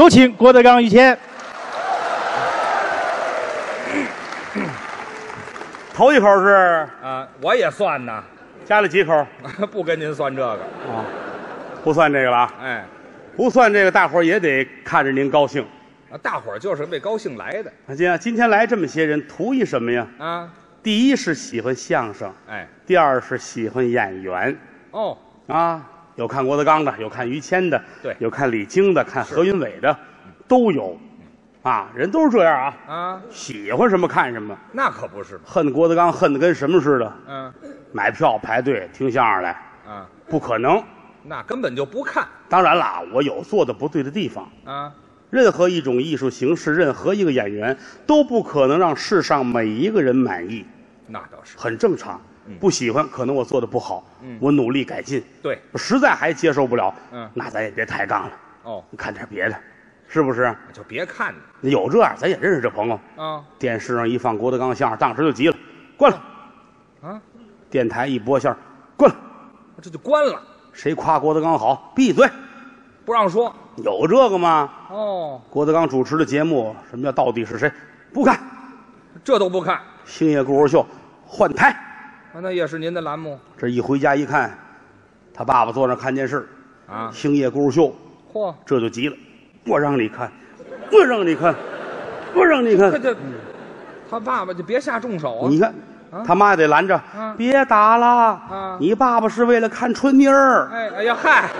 有请郭德纲、于谦。 头一口是啊，我也算呐， 加了几口？ 不跟您算这个。 啊，不算这个了啊。 哎， 不算这个，大伙儿也得看着您高兴。 大伙儿就是为高兴来的今天来这么些人，图一什么呀？ 啊。 第一是喜欢相声， 哎， 第二是喜欢演员。 哦， 啊，有看郭德纲的，有看于谦的， 对有看李菁的，看何云伟的，都有。啊，人都是这样啊。 啊， 喜欢什么看什么， 那可不是。 恨郭德纲恨得跟什么似的。 嗯， 买票排队听相声来， 啊， 不可能。 那根本就不看当然了，我有做的不对的地方。 啊。 任何一种艺术形式，任何一个演员，都不可能让世上每一个人满意， 那倒是。 很正常。不喜欢，可能我做的不好，我努力改进。 对， 实在还接受不了，那咱也别抬杠了。 哦， 你看点别的，是不是？ 就别看了有这样，咱也认识这朋友。 啊。 电视上一放郭德纲相声，当时就急了，关了。 啊， 电台一播相声，关了。 这就关了， 谁夸郭德纲好，闭嘴， 不让说。 有这个吗？ 哦， 郭德纲主持的节目，什么叫到底是谁？不看， 这都不看。 星夜故事秀换台。 那也是您的栏目这一回家一看，他爸爸坐那看电视， 啊。 星夜故事秀， 嚯， 这就急了，我让你看，我让你看，我让你看。 这，他爸爸就别下重手啊！ 你看，他妈也得拦着，别打了啊！ 你爸爸是为了看春妮儿。 哎呀嗨，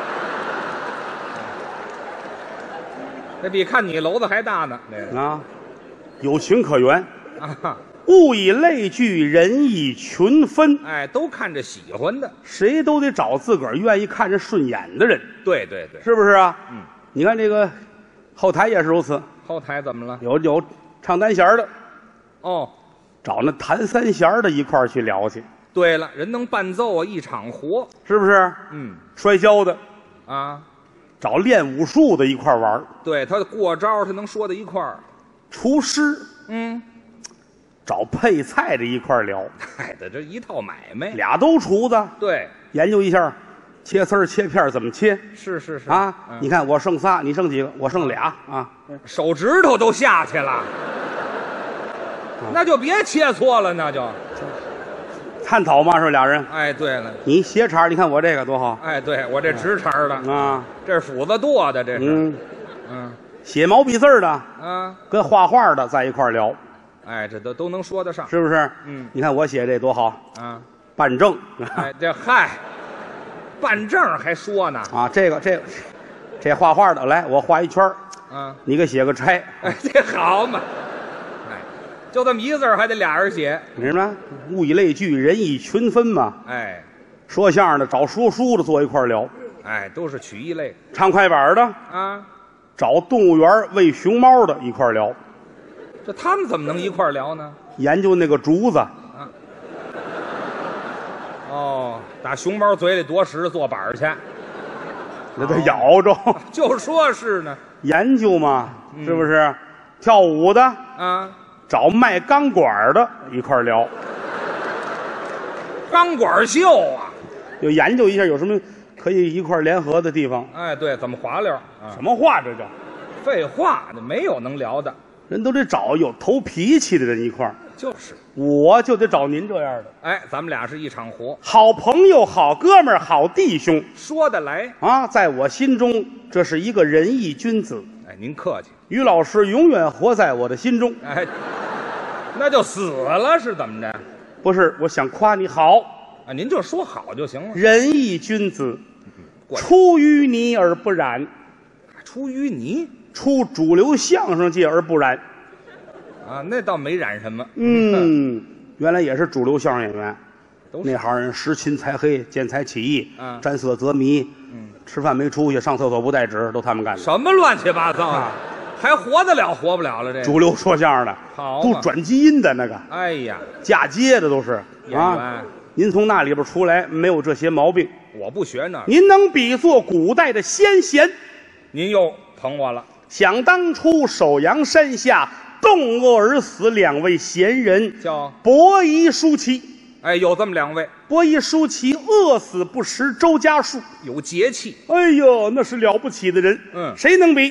这比看你楼子还大呢。这个啊，有情可原啊。 物以类聚，人以群分。 哎，都看着喜欢的， 谁都得找自个儿愿意看着顺眼的人。 对对对， 是不是啊？你看这个后台也是如此。 后台怎么了？ 有唱单弦的， 哦， 找那弹三弦的一块儿去聊去。 对了，人能伴奏啊，一场活， 是不是？摔跤的啊， 找练武术的一块儿玩儿。 对，他过招他能说到一块儿。 厨师找配菜的一块儿聊。 嗨的，这一套买卖， 俩都厨子。 对， 研究一下切丝儿切片儿怎么切。 是啊，你看我剩仨，你剩几个？我剩俩啊， 手指头都下去了，那就别切错了，那就探讨嘛，是俩人。 哎，对了， 你斜茬，你看我这个多好。 哎，对我这直茬的啊， 这是斧子剁的，这是写毛笔字儿的啊， 跟画画的在一块儿聊。 哎，这都能说得上， 是不是？你看我写这多好啊， 办证。 哎，这嗨，办证还说呢啊，这画画的来，我画一圈啊， 你给写个拆。 哎，这好嘛，哎，就这么一个字还得俩人写， 明白吗？物以类聚，人以群分嘛。 哎， 说相声的找说书的坐一块儿聊。 哎，都是曲艺类。 唱快板的啊， 找动物园喂熊猫的一块儿聊。 这他们怎么能一块儿聊呢？ 研究那个竹子。 哦，打熊猫嘴里夺食做板去， 那得咬着。 就说是呢， 研究嘛，是不是？跳舞的啊， 找卖钢管的一块儿聊。 钢管秀啊， 就研究一下有什么可以一块儿联合的地方。 哎，对，怎么滑溜？ 什么话这叫？ 废话，这没有能聊的， 人都得找有头脾气的人一块儿。 就是， 我就得找您这样的。 哎，咱们俩是一场活， 好朋友、好哥们儿、好弟兄， 说得来啊！在我心中，这是一个仁义君子。 哎，您客气， 于老师永远活在我的心中。 哎，那就死了是怎么着？ 不是，我想夸你好啊，您就说好就行了。 仁义君子，出淤泥而不染， 出淤泥， 出主流相声界而不染。 啊，那倒没染什么。 原来也是主流相声演员，那行人识勤才黑，见财起意，沾色则迷。吃饭没出息，上厕所不带纸，都他们干的。 什么乱七八糟啊！还活得了，活不了了？这主流说相声的， 好都转基因的那个。 哎呀， 嫁接的都是演员。 您从那里边出来，没有这些毛病。 我不学那。 您能比作古代的先贤， 您又捧我了。 想当初首阳山下冻饿而死两位贤人， 叫伯夷叔齐。 哎，有这么两位。 伯夷叔齐饿死不食周家树， 有节气。 哎呦，那是了不起的人。 嗯， 谁能比？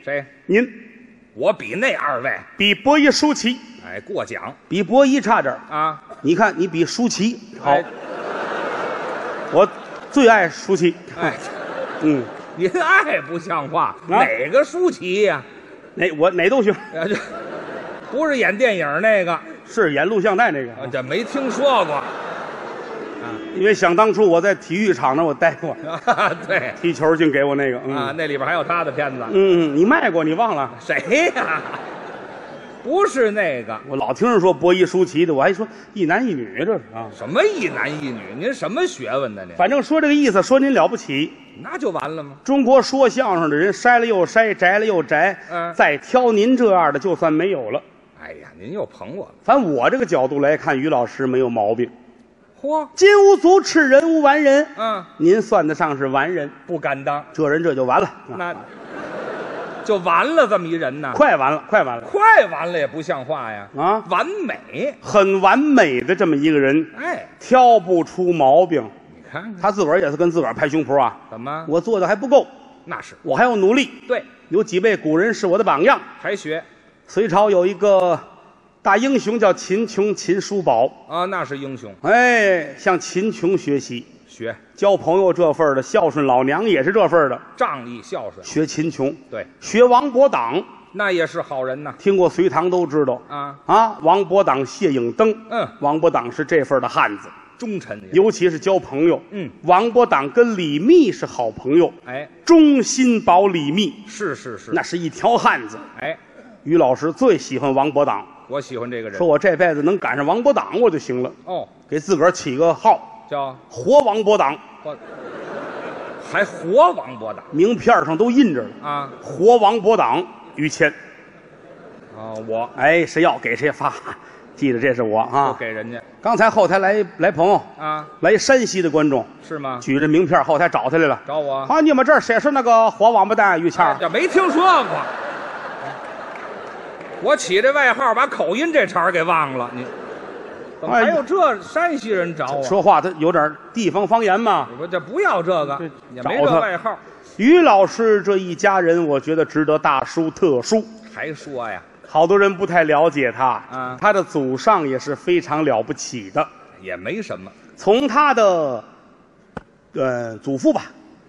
谁？ 您我比那2位， 比伯夷、舒淇， 哎，过奖比伯夷差点儿。 啊！ 你看你比舒淇好， 哎我最爱舒淇。 哎， 嗯， 您爱不像话，哪个舒淇呀？ 我哪都行， 这不是演电影那个， 是演录像带那个。 这没听说过。 因为想当初我在体育场那我待过， 对踢球净给我那个。 啊，那里边还有他的片子。 你卖过，你忘了？ 谁呀？不是那个， 我老听人说伯夷、舒淇的，我还说一男一女，这是啊。 什么一男一女？您什么学问呢？您反正说这个意思，说您了不起。 那就完了吗？ 中国说相声的人筛了又筛，摘了又摘，再挑您这样的，就算没有了。 哎呀，您又捧我了。 反正我这个角度来看，于老师没有毛病。 嚯， 金无足赤，人无完人。您算得上是完人， 不敢当。 这人这就完了。 那就完了，这么一人呢？ 快完了，快完了， 快完了也不像话呀！啊，完美， 很完美的这么一个人， 哎， 挑不出毛病。 你看看他自个儿也是跟自个儿拍胸脯啊。 怎么？ 我做的还不够， 那是我还要努力。 对， 有几位古人是我的榜样。 还学。 隋朝有一个大英雄叫秦琼，秦叔宝啊，那是英雄。 哎，向秦琼学习。 学交朋友这份的，孝顺老娘也是这份的， 仗义孝顺。 学秦琼， 对， 学王伯党， 那也是好人呐。 听过隋唐都知道王伯党、谢影灯，王伯党是这份的汉子， 忠臣， 尤其是交朋友，王伯党跟李密是好朋友， 哎， 忠心保李密， 是， 那是一条汉子。 哎， 于老师最喜欢王伯党， 我喜欢这个人， 说我这辈子能赶上王伯党我就行了。 哦， 给自个儿起个号叫活王伯党， 还活王伯党， 名片上都印着了啊， 活王伯党于谦。 我谁要给谁发，记得这是我啊， 给人家。 刚才后台来朋友啊，来山西的观众是吗？ 举着名片后台找他来了， 找我啊，你们这儿谁是那个活王八蛋于谦？ 这没听说过。我起这外号，把口音这茬给忘了。你怎么还有这山西人找我？ 说话他有点地方方言嘛。 这不要这个，也没这外号。 于老师这一家人，我觉得值得大书特书。 还说呀？ 好多人不太了解他，他的祖上也是非常了不起的。 也没什么。 从他的祖父吧，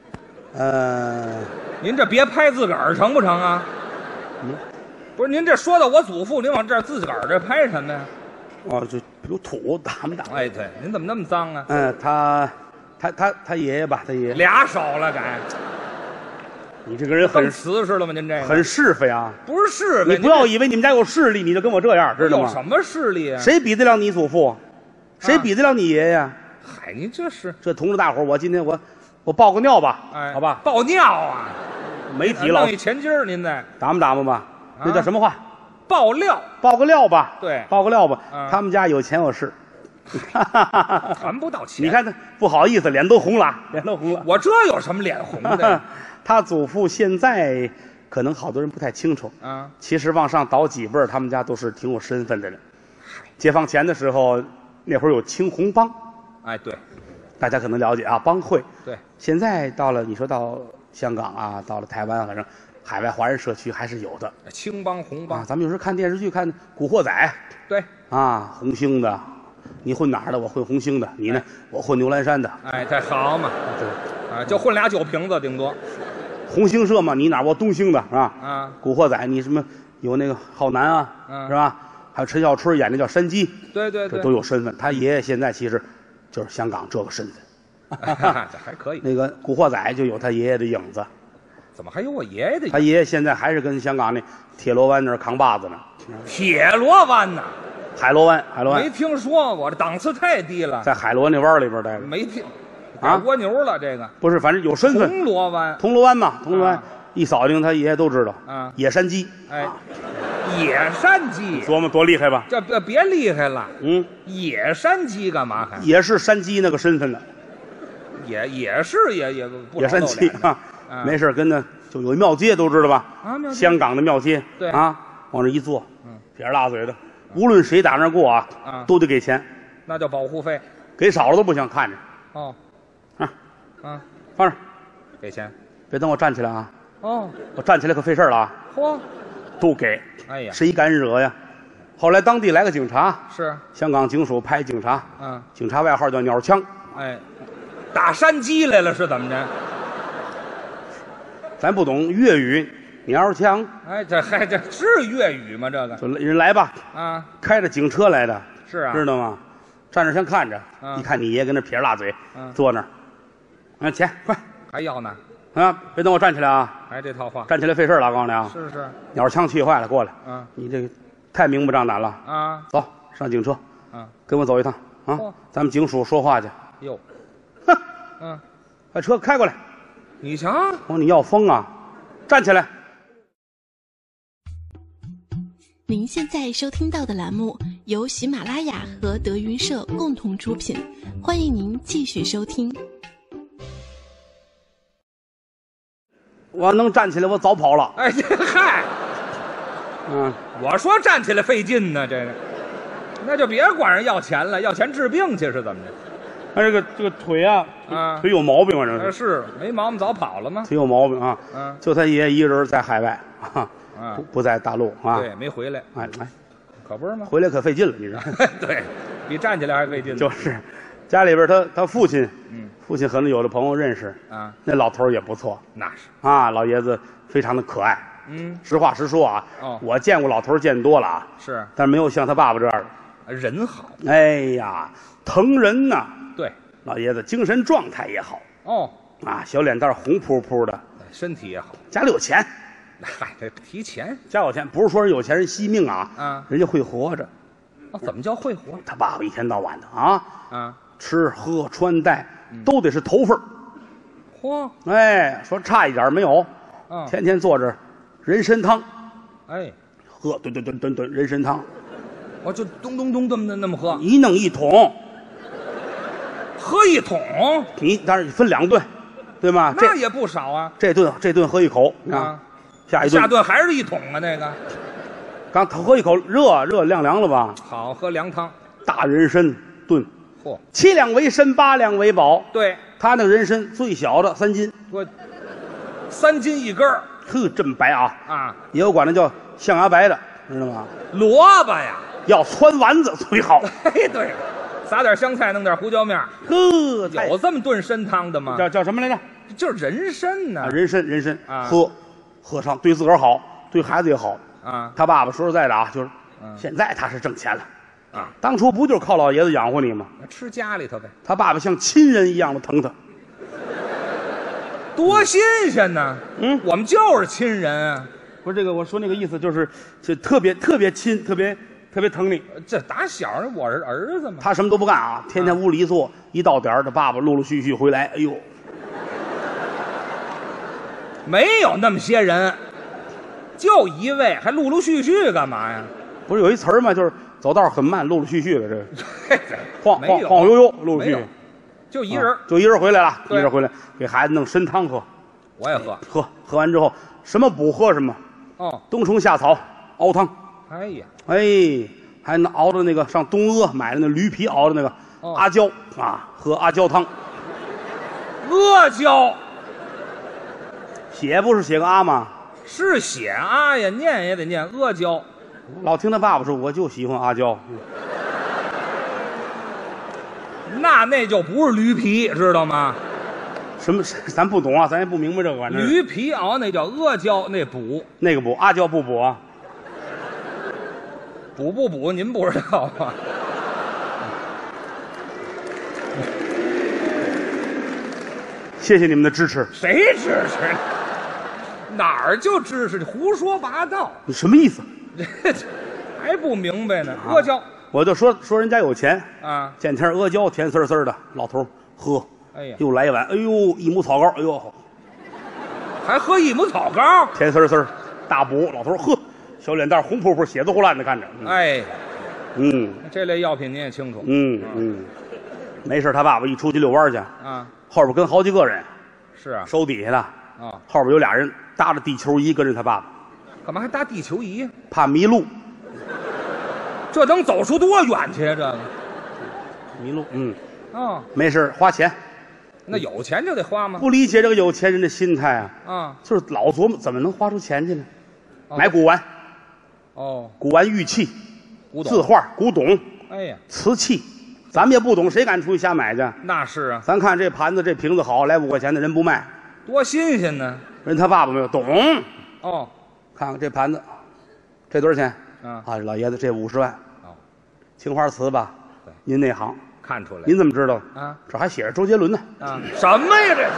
您这别拍自个儿成不成啊？不是您这说到我祖父，您往这儿自个儿这拍什么呀？ 这有土打没打？ 哎，对，您怎么那么脏啊？ 他爷爷吧，他爷爷俩手了改。 你这个人很瓷实了吗？您这个很是非啊！ 不是是非， 你不要以为你们家有势力，你就跟我这样，知道吗？ 有什么势力啊？ 谁比得了你祖父？谁比得了你爷爷？ 嗨，你这同志大伙，我今天我报个尿吧，好吧？ 报尿啊！ 媒体老前襟儿，您再打磨吧？那叫什么话？ 爆料， 报个料吧。 对， 报个料吧。他们家有钱有势， 谈不到钱。 你看他不好意思，脸都红了，脸都红了。 我这有什么脸红的？ 他祖父现在可能好多人不太清楚啊。其实往上倒几辈儿，他们家都是挺有身份的人。解放前的时候，那会儿有青红帮。 哎，对， 大家可能了解啊，帮会。 对， 现在到了，你说到香港啊，到了台湾，反正海外华人社区还是有的。 青帮、红帮， 咱们有时候看电视剧，看《古惑仔》。 对， 红星的，你混哪儿的？我混红星的。你呢？我混牛栏山的。 哎，这好嘛。对，就混俩酒瓶子，顶多。 红星社嘛，你哪儿？我东星的，是吧？古惑仔，你什么有那个浩南啊，是吧？还有陈小春演的叫山鸡。 对，这都有身份。他爷爷现在其实就是香港这个身份。 这还可以。 那个古惑仔就有他爷爷的影子。 怎么还有我爷爷的影子？ 他爷爷现在还是跟香港那铁锣湾那儿扛把子呢。 铁锣湾呐？ 海螺湾， 没听说过，这档次太低了。 在海螺那湾里边待着。 没听。蜗牛了，这个不是，反正有身份。 铜锣湾， 铜锣湾嘛，铜锣湾一扫听，他爷爷都知道。野山鸡。 哎，野山鸡， 琢磨多厉害吧？ 这别厉害了。野山鸡干嘛还？ 也是山鸡那个身份的。 也是也不野山鸡啊，没事跟那就有一庙街，都知道吧？香港的庙街。 对往这一坐，撇着大嘴的，无论谁打那过都得给钱。 那叫保护费， 给少了都不想看着。 哦。 放这儿， 给钱， 别等我站起来啊！ 哦， 我站起来可费事了啊， 嚯， 都给。 哎呀， 谁敢惹呀？后来当地来个警察， 是香港警署派警察， 嗯， 警察外号叫鸟枪。 哎，打山鸡来了是怎么着？ 咱不懂粤语，鸟枪。 哎，这是粤语吗？这个就人来吧， 啊， 开着警车来的， 是啊， 知道吗？站着先看着， 嗯一看你爷跟那撇着大嘴， 嗯坐那儿，钱快还要呢？ 啊！别等我站起来啊！ 还这套话？ 站起来费事了，我告诉你啊！ 是是， 鸟枪气坏了，过来， 嗯你这个太明目张胆了， 啊， 走上警车， 嗯， 跟我走一趟啊嚯！ 咱们警署说话去。 哟， 哼， 嗯， 把车开过来！ 你瞧， 我说你要疯啊！站起来！ 您现在收听到的栏目由喜马拉雅和德云社共同出品，欢迎您继续收听。 我要能站起来，我早跑了。 哎，这嗨， 嗯， 我说站起来费劲呢，这个，那就别管人要钱了，要钱治病去是怎么着？ 他这个腿啊， 啊腿有毛病啊，这是是没毛病早跑了吗？ 腿有毛病啊。 嗯， 就他爷一人在海外啊， 啊， 不在大陆啊。 对，没回来， 哎， 可不是吗？ 回来可费劲了，你知道？ 对，比站起来还费劲呢。 就是家里边他父亲， 嗯， 父亲可能有的朋友认识啊， 那老头儿也不错那是， 啊，老爷子非常的可爱。 嗯， 实话实说啊， 哦我见过老头儿见多了啊， 是但是没有像他爸爸这样的。 人好， 哎呀，疼人呐！ 对， 老爷子精神状态也好哦， 啊，小脸蛋儿红扑扑的， 身体也好。 家里有钱， 嗨，这提钱家有钱不是说人有钱人惜命啊， 啊， 人家会活着。 哦，怎么叫会活他爸爸一天到晚的啊， 啊？ 吃喝穿戴都得是头份儿。 嚯， 哎，说差一点没有， 嗯， 天天做着人参汤， 哎， 喝炖人参汤， 我就咚咚咚这么那么喝， 一弄一桶， 喝一桶， 你当然分2顿，对吗？ 那也不少啊。 这顿喝一口啊， 下一顿下顿还是一桶啊，那个刚喝一口热凉了吧？ 好喝凉汤。 大人参炖嚯， 7两为参，8两为宝。 对， 他那个人参最小的3斤， 我3斤一根儿呵，这么白啊！ 啊， 也有管它叫象牙白的，知道吗？ 萝卜呀， 要汆丸子最好。 嘿，对，撒点香菜，弄点胡椒面儿， 呵， 有这么炖参汤的吗？ 叫什么来着？ 就是人参呢。 人参啊喝上对自个儿好，对孩子也好。 啊他爸爸说实在的啊，就是现在他是挣钱了啊，当初不就是靠老爷子养活你吗？ 吃家里头呗， 他爸爸像亲人一样的疼他。 多新鲜呢！ 嗯， 我们就是亲人啊， 不是这个，我说那个意思就是特别亲，特别疼你。 这打小我是儿子嘛。 他什么都不干啊，天天屋里一坐，一到点儿，他爸爸陆陆续续回来，哎呦， 没有那么些人，就一位，还陆陆续续干嘛呀？ 不是有一词儿吗？就是走道很慢，陆陆续续的，这个晃没有晃悠悠，陆陆续没有续， 就一人， 就一人回来了，一对人回来给孩子弄参汤喝， 我也喝。 喝完之后什么补喝什么， 哦， 冬虫夏草熬汤， 哎呀， 哎，还能熬的那个上东阿买的那驴皮熬的那个哦阿胶啊，喝阿胶汤， 阿胶写不是写个阿吗？ 是写啊呀，念也得念阿胶。 老听他爸爸说，我就喜欢阿胶。 那就不是驴皮，知道吗？ 什么？咱不懂啊，咱也不明白这个。反正驴皮熬那叫阿胶，那补那个补阿胶不补啊？ 补不补您不知道吗？ 谢谢你们的支持。 谁支持？哪儿就支持？胡说八道！ 你什么意思？ 这还不明白呢？阿胶我就说人家有钱， 啊， 见天阿胶甜丝丝的，老头喝， 哎呀， 又来一碗，哎呦，益母草膏，哎呦， 还喝益母草膏， 甜丝丝，大补，老头喝，小脸蛋红扑扑，血都胡烂的看着， 哎， 嗯这类药品您也清楚嗯，没事，他爸爸一出去遛弯去， 啊？ 后边跟好几个人， 是啊， 手底下的， 啊， 后边有俩人搭着地球仪跟着他爸爸， 干嘛还搭地球仪？ 怕迷路， 这能走出多远去呀？这个迷路， 哦， 没事，花钱， 那有钱就得花吗？ 不理解这个有钱人的心态啊！ 啊， 就是老琢磨怎么能花出钱去呢？买古玩， 哦， 古玩玉器、 古董字画、古董、 哎呀， 瓷器，咱们也不懂，谁敢出去瞎买去？ 那是啊， 咱看这盘子、这瓶子好，来5块钱的人不卖， 多新鲜呢！ 人他爸爸没有懂。 哦， 看看这盘子，这多少钱？ 啊， 老爷子这50万。 哦， 青花瓷吧？ 对， 您内行， 看出来。 您怎么知道？ 啊， 这还写着周杰伦呢。 啊，什么呀这？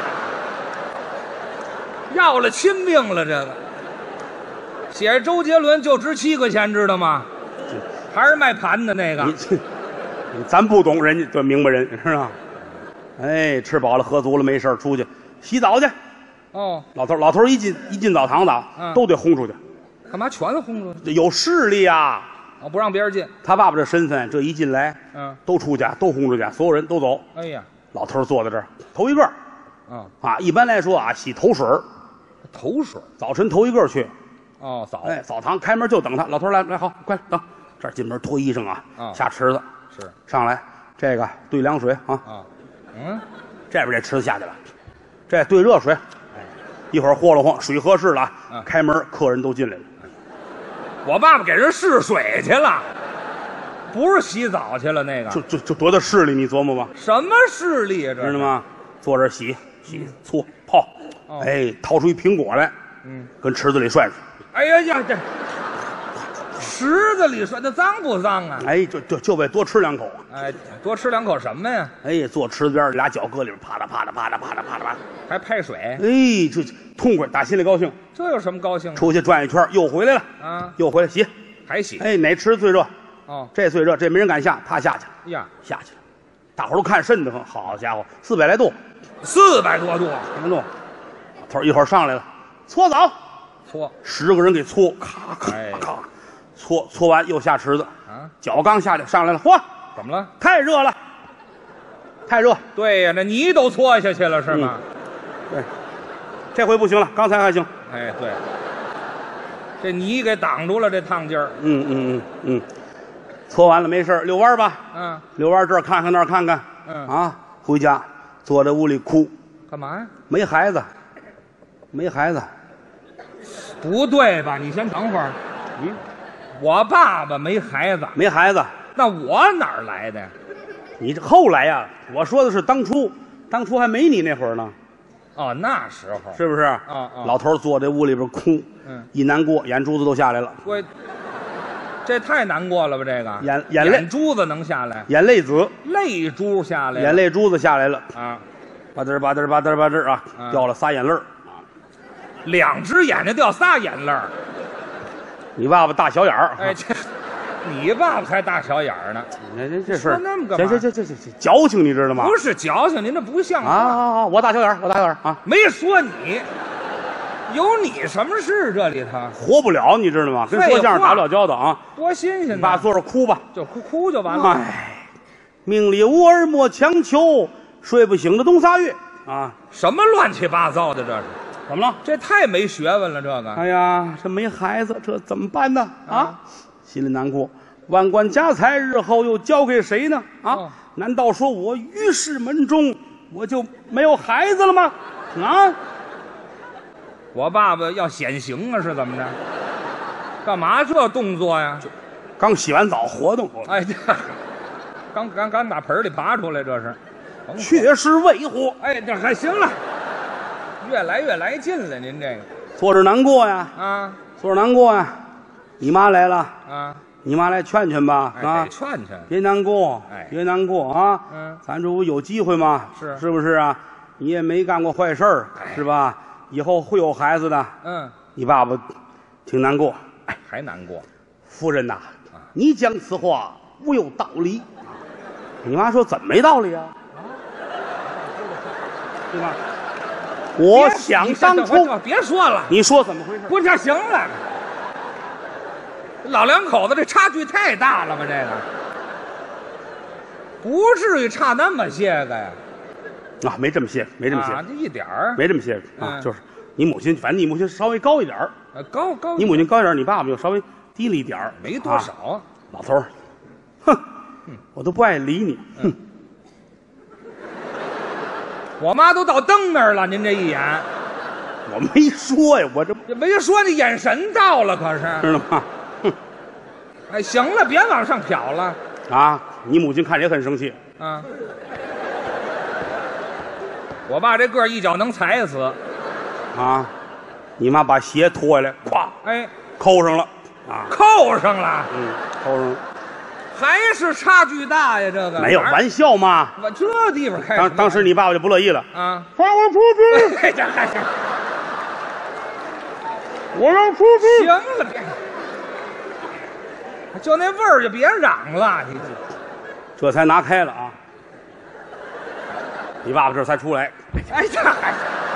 要了亲命了，这个写着周杰伦就值7块钱，知道吗？还是卖盘的那个？ 咱不懂，人家就明白人是吧？哎，吃饱了喝足了没事出去洗澡去。 哦， 老头一进澡堂子，都得轰出去。 干嘛全轰出去？ 这有势力呀！ 哦，不让别人进。 他爸爸这身份，这一进来，都出去，都轰出去，所有人都走。 哎呀， 老头坐在这儿，头一个。一般来说啊，洗头水。 头水， 早晨头一个去。 哦，澡。 哎，澡堂开门就等他。老头来，好，快等。这儿进门脱衣裳啊，下池子。 是上来，这个兑凉水啊。这边这池子下去了，这兑热水。一会儿和了晃，水合适了啊！开门，客人都进来了。 我爸爸给人试水去了，不是洗澡去了。那个就多大势力，你琢磨吧。 什么势力啊？这知道吗？坐这洗搓泡，哎，掏出一苹果来，跟池子里涮涮。 哎呀呀，这池子里涮，那脏不脏啊？ 哎，就为多吃2口。 哎，多吃2口什么呀？ 哎，坐池子边，俩脚搁里边，啪啦啪啦啪啦啪啦啪啦， 还拍水。 哎，这痛快，打心里高兴。 这有什么高兴？ 出去转一圈，又回来了啊，又回来洗， 还洗。 哎，哪池最热？ 哦，这最热，这没人敢下，他下去了。 呀， 下去了，大伙儿都看瘆得慌。好家伙，400来度 ，400多度， 多度。头一会儿上来了，搓澡， 搓 10个人给搓，咔咔咔，搓完又下池子啊，脚刚下去上来了，嚯， 怎么了？ 太热了，太热。 对呀，那泥都搓下去了是吗？ 对，这回不行了，刚才还行。 哎，对，这泥给挡住了这烫劲儿。 搓完了没事遛弯吧。遛弯这儿看看那儿看看。回家坐在屋里哭。 干嘛呀？ 没孩子，没孩子。 不对吧？你先等会儿。我爸爸没孩子， 没孩子， 那我哪儿来的呀？ 你这后来呀，我说的是当初还没你那会儿呢。 哦，那时候是不是？老头坐在屋里边哭，一难过，眼珠子都下来了。 这太难过了吧？这个眼珠子能下来， 眼泪子， 泪珠下来， 眼泪珠子下来了啊！ 吧嗒吧嗒吧嗒吧嗒啊，掉了仨眼泪儿 ，2只眼睛掉仨眼泪儿。 你爸爸大小眼儿， 哎，这你爸爸才大小眼儿呢。 这事儿那么干嘛？ 这矫情，你知道吗？ 不是矫情，您这不像话啊！我大小眼儿，啊！ 没说你，有你什么事？这里头活不了，你知道吗？跟说相声打不了交道啊！ 多新鲜！ 你爸坐着哭吧， 就哭就完了。 哎，命里无儿莫强求，睡不醒的冬仨月啊！ 什么乱七八糟的这是？ 怎么了？ 这太没学问了，这个。 哎呀，这没孩子，这怎么办呢？啊，心里难过。万贯家财日后又交给谁呢？啊，难道说我于氏门中我就没有孩子了吗？啊， 我爸爸要显形啊，是怎么着？干嘛这动作呀？ 刚洗完澡活动。 哎，刚打盆里爬出来，这是。 确实未活。 哎，这还行了。越来劲了，您这个坐着难过呀，坐着难过呀。你妈来了啊， 你妈来劝劝吧， 啊，劝劝， 别难过，别难过啊，咱这不有机会吗？是不是啊？你也没干过坏事儿，是吧？以后会有孩子的。你爸爸挺难过， 还难过。 夫人呐，你讲此话无有道理。你妈说怎么没道理啊？对吧？我想当初， 别说了， 你说怎么回事？ 不，这行了，老两口子这差距太大了吧？这个不至于差那么些个呀？ 啊，没这么些，没这么些， 这一点儿没这么些啊，就是你母亲，反正你母亲稍微高一点儿， 高， 你母亲高一点，你爸爸就稍微低了一点儿， 没多少。 老头儿，哼，我都不爱理你，哼。 我妈都到灯那儿了，您这一眼， 我没说呀，我这没说你眼神到了，可是知道吗？哼， 哎，行了，别往上瞟了啊，你母亲看着也很生气。 啊！我爸这个儿一脚能踩死啊，你妈把鞋脱下来，咵， 哎， 扣上了啊， 扣上了， 扣上了， 还是差距大呀？这个没有玩笑嘛。 我这地方开始当时你爸爸就不乐意了啊， 放我出去！ 哎，这还是我要出去！ 行了，别，就那味儿就别嚷了，你这才拿开了啊！你爸爸这才出来， 哎，这还是。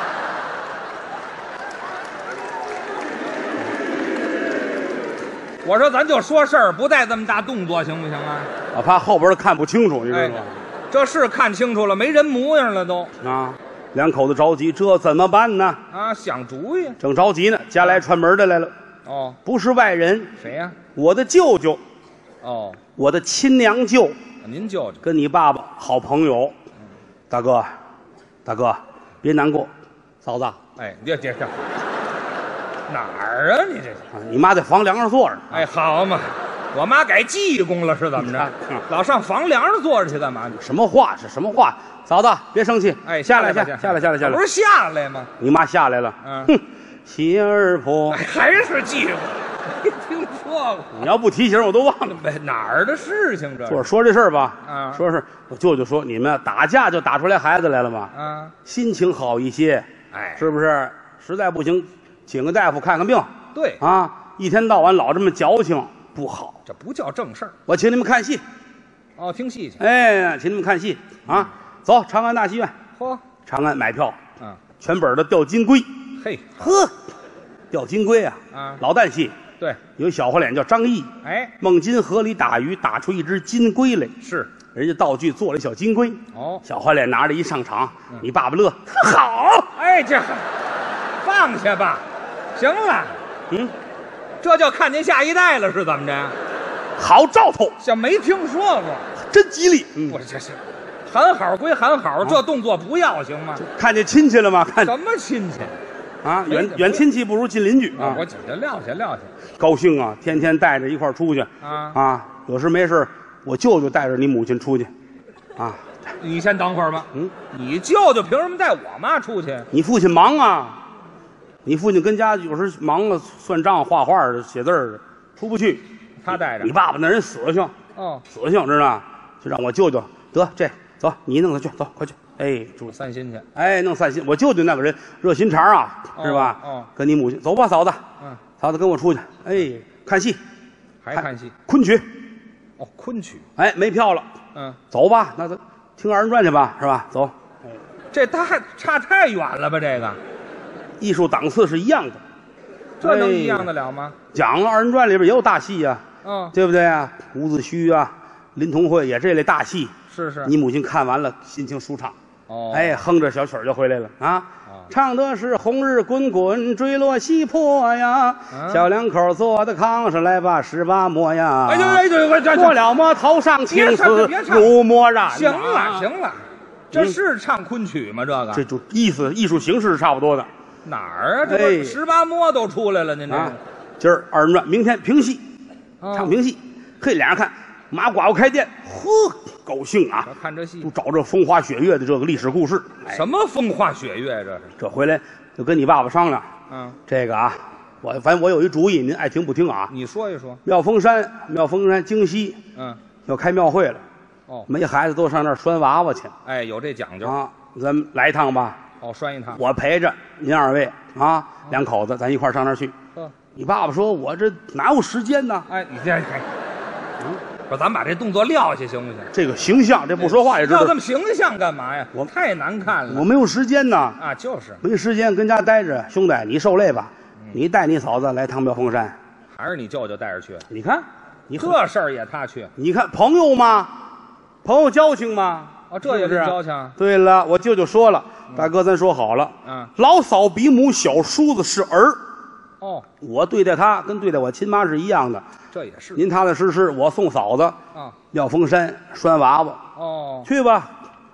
我说咱就说事儿，不带这么大动作，行不行啊？ 我怕后边的看不清楚，你知道吗？ 这是看清楚了，没人模样了都啊！两口子着急，这怎么办呢？ 啊，想主意， 正着急呢，家来串门的来了。 哦， 不是外人， 谁呀？ 我的舅舅。 哦， 我的亲娘舅。 您舅舅跟你爸爸好朋友。大哥，大哥，别难过。嫂子， 哎，这哪儿啊？你这是？ 你妈在房梁上坐着。 哎，好嘛，我妈改技工了是怎么着？老上房梁上坐着去干嘛？ 什么话是什么话？嫂子，别生气。 哎， 下来。 不是下来吗？ 你妈下来了。哼，媳儿婆还是技工，没听说过。 你要不提醒我都忘了。 哪儿的事情这？ 说这事儿吧。 啊， 说是我舅舅说你们打架就打出来孩子来了嘛。 啊， 心情好一些。 哎， 是不是？实在不行，请个大夫看看病。 对啊，一天到晚老这么矫情不好， 这不叫正事儿。 我请你们看戏。 哦，听戏去。 哎，请你们看戏啊！走，长安大戏院。 嚯， 长安买票。 嗯， 全本的吊金龟。 嘿， 呵，吊金龟啊！ 啊， 老旦戏。 对， 有小花脸叫张毅。 哎， 孟津河里打鱼，打出一只金龟来。 是， 人家道具做了小金龟。 哦， 小花脸拿着一上场，你爸爸乐，好。 哎，这放下吧，行了。这就看见下一代了，是怎么着？ 好兆头， 像没听说过， 真吉利。 我这是喊好归喊好，这动作不要行吗？ 看见亲戚了吗？看什么亲戚啊？远亲戚不如近邻居啊！ 我觉得撂下， 高兴啊！天天带着一块儿出去啊！有时没事，我舅舅带着你母亲出去，啊！ 你先等会儿吧。你舅舅凭什么带我妈出去？ 你父亲忙啊！你父亲跟家有时忙了，算账、画画的、写字的，出不去。 他带着。 你爸爸那人死性，死性知道吗？就让我舅舅得这走，你弄他去，走，快去。哎，住散心去。 哎，弄散心。我舅舅那个人热心肠啊，是吧？跟你母亲走吧，嫂子。嫂子跟我出去。哎，看戏， 还看戏？ 昆曲。 哦，昆曲。 哎，没票了。走吧，那听二人转去吧，是吧？走。 这差太远了吧？这个艺术档次是一样的， 这能一样得了吗？ 讲二人转里边也有大戏呀，对不对啊？伍子胥啊，林同慧也这类大戏。 是。 你母亲看完了，心情舒畅。哎，哼着小曲儿就回来了啊。唱的是红日滚滚，坠落西坡呀。小两口坐在炕上来吧，18摸呀。 哎， 过了么头上青丝如墨染。 行了，这是唱昆曲吗？这种艺术形式是差不多的。 哪儿啊？这18摸都出来了，您这今儿二人转，明天评戏，唱评戏。嘿，俩人看马寡妇开店，呵，高兴啊！ 看这戏都找这风花雪月的这个历史故事。 什么风花雪月？ 这回来就跟你爸爸商量。这个啊，反正我有一主意，您爱听不听啊？ 你说一说。 妙峰山京西，要开庙会了。没孩子都上那儿拴娃娃去。 哎，有这讲究啊！咱们来一趟吧。 拴一趟。 我陪着您二位啊，两口子咱一块上那儿去。你爸爸说：“我这哪有时间呢？” 哎，你这，不是，咱把这动作撂下行不行？ 这个形象，这不说话也知道。 要这么形象干嘛呀？我太难看了。 我没有时间呢。 啊，就是没时间跟家待着。兄弟，你受累吧，你带你嫂子来趟妙峰山。 还是你舅舅带着去？ 你看，你这事儿也他去？ 你看朋友嘛，朋友交情嘛。 这也是交情。 对了，我舅舅说了，大哥，咱说好了，老嫂比母，小叔子是儿。我对待他跟对待我亲妈是一样的。 这也是。 您踏踏实实，我送嫂子妙峰山拴娃娃。去吧，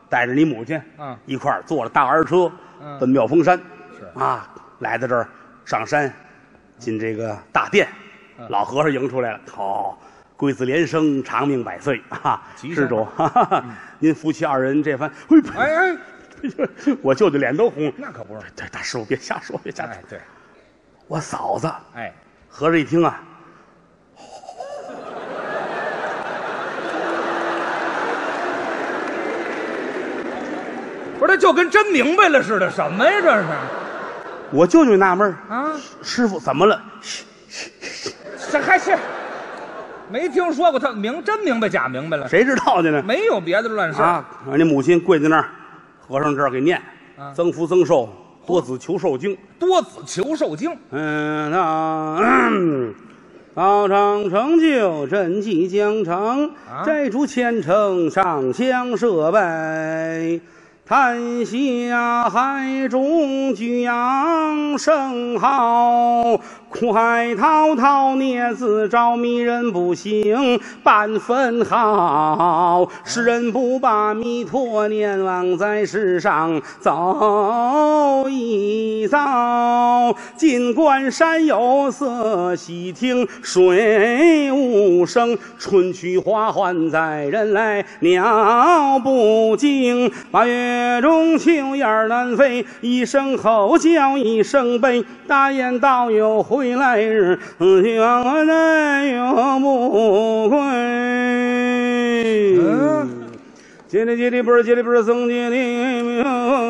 带着你母亲，一块儿坐着大儿车，奔妙峰山，是啊，来到这儿上山，进这个大殿，老和尚迎出来了，贵子连生，长命百岁啊！施主，您夫妻二人这番，哎，我舅舅脸都红， 那可不是。 对，大师傅别瞎说，别瞎说。 对， 我嫂子， 哎， 和尚一听啊， 不是，这就跟真明白了似的，什么呀这是？ 我舅舅纳闷啊， 师傅怎么了？ 这还是没听说过，他真明白假明白了， 谁知道的呢？ 没有别的乱事啊！让你母亲跪在那儿，和尚这儿给念，增福增寿，多子求寿经， 多子求寿经。 道场成就，赈济疆场，摘除千城，上香设拜。谈下海中举扬声号，苦海滔滔孽自招，迷人不醒半分好。世人不把弥陀念，枉在世上走一遭。尽管山有色，细听水无声。春去花还在，人来鸟不惊。八月中秋雁南飞，一声吼叫一声悲。大雁道有回来日，将来永不归。接里接里不是接里不是僧接里命。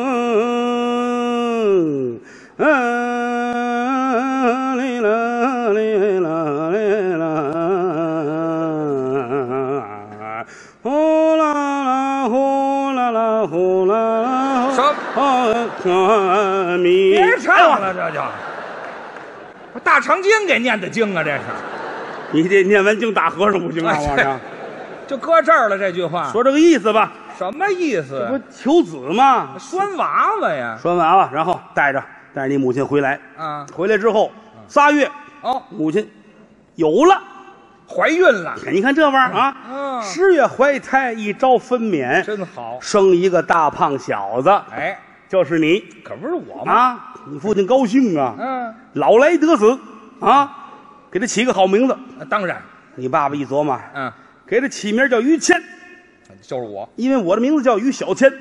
哩啦哩啦哩啦，呼啦啦呼啦啦呼啦啦， 别唱了，这就大长今给念的经啊，这是。 你得念完经打和尚不行啊，往上就搁这儿了。这句话说这个意思吧？ 什么意思？ 这不求子吗？ 拴娃娃呀， 拴娃娃，然后带着你母亲回来。回来之后3月，母亲有了， 怀孕了。 你看这玩意儿啊，10月怀胎，一朝分娩， 真好， 生一个大胖小子。 哎， 就是你， 可不是我吗？ 啊，你父亲高兴啊，老来得子啊，给他起个好名字。 当然， 你爸爸一琢磨，给他起名叫于谦， 就是我， 因为我的名字叫于小谦。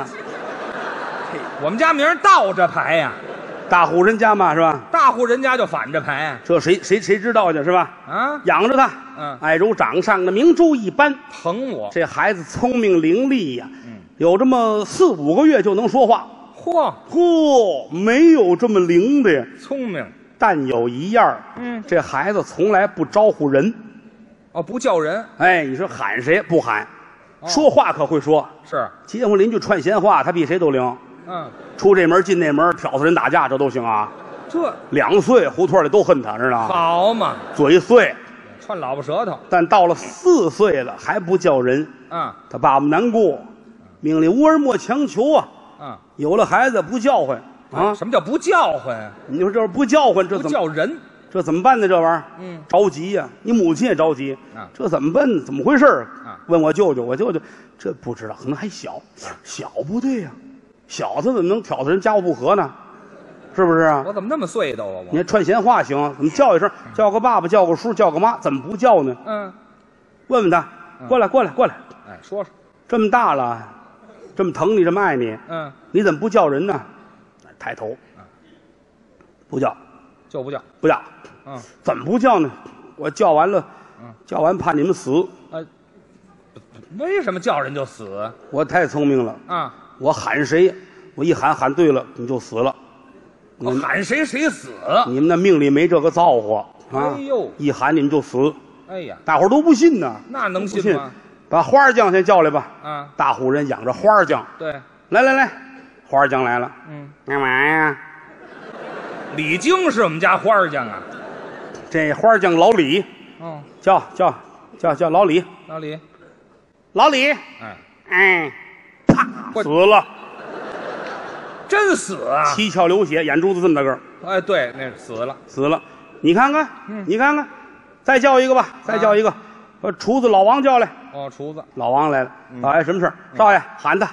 我们家名倒着排呀， 大户人家嘛，是吧？ 大户人家就反着排啊， 这谁知道去是吧？养着他，爱如掌上的明珠一般， 疼我。 这孩子聪明伶俐呀，有这么4、5个月就能说话。嚯，没有这么灵的呀， 聪明。 但有一样，这孩子从来不招呼人， 不叫人。 哎，你说喊谁不喊，说话可会说。 是街坊邻居串闲话，他比谁都灵。出这门进那门，挑唆人打架，这都行啊。 这 2岁胡同里都恨他，知道吗？ 好嘛， 嘴碎， 串老婆舌头。 但到了4岁了还不叫人，他爸爸难过，命令无儿莫强求啊。有了孩子不叫唤啊？ 什么叫不叫唤啊？ 你说这不叫唤，这不叫人， 这怎么办呢？这玩意儿，着急呀！你母亲也着急，这怎么办呢？怎么回事？问我舅舅，我舅舅这不知道，可能还小，小不对呀，小子怎么能挑唆人家务不和呢？是不是啊？ 我怎么那么碎叨啊？ 你看串闲话行，怎么叫一声，叫个爸爸，叫个叔，叫个妈，怎么不叫呢？问问他，过来。 哎，说， 这么大了，这么疼你，这么爱你，你怎么不叫人呢？抬头，不叫， 就不叫， 怎么不叫呢？我叫完了，叫完怕你们死。 为什么叫人就死？ 我太聪明了我喊谁，我一喊对了，你就死了。 我喊谁死。 你们那命里没这个造化啊！ 哎呦， 一喊你们就死。 哎呀， 大伙儿都不信呢。 那能信吗？ 把花匠先叫来吧。大户人养着花匠。 对， 来，花匠来了。干嘛呀？ 李菁是我们家花匠啊。 这花匠老李。叫老李。老李。啪，死了。 真死啊！ 七窍流血，眼珠子这么大个儿。 哎，对，那死了。你看看，再叫一个吧，再叫一个，把厨子老王叫来。 厨子老王来了。老爷什么事？少爷喊他，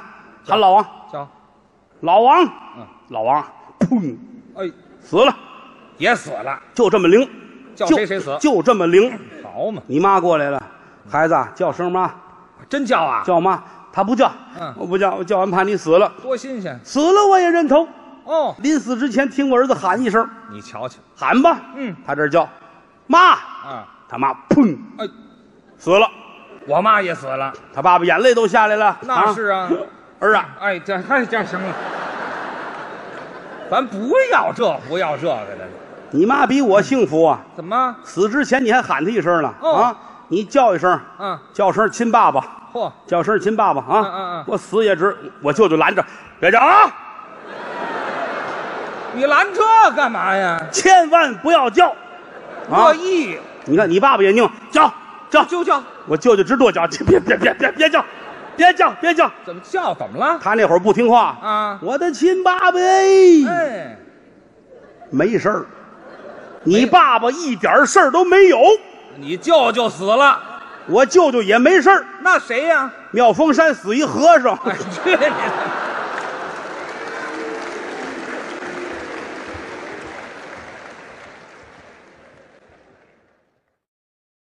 喊老王， 叫老王，老王，砰， 哎， 死了， 也死了， 就这么灵， 叫谁谁死， 就这么灵。 好嘛， 你妈过来了，孩子叫声妈， 真叫啊， 叫妈，他不叫，我不叫，我叫完怕你死了， 多新鲜， 死了我也认头。 哦， 临死之前听我儿子喊一声， 你瞧瞧， 喊吧，他这叫妈，他妈砰， 哎， 死了， 我妈也死了， 他爸爸眼泪都下来了， 那是啊， 儿啊， 哎，这行了，咱不要这个了。 你妈比我幸福啊！ 怎么死之前你还喊他一声呢？啊，你叫一声，叫声亲爸爸， 嚯， 叫声亲爸爸啊！我死也值，我舅舅拦着，别叫啊！ 你拦这干嘛呀？ 千万不要叫， 乐意。 你看你爸爸也拧，叫， 就叫。 我舅舅直跺脚，别叫，别叫！ 怎么叫？怎么了？ 他那会儿不听话啊！ 我的亲爸爸， 哎， 没事儿，你爸爸一点事儿都没有。 你舅舅死了， 我舅舅也没事儿。 那谁呀？ 妙峰山死一和尚。 哎，去你的！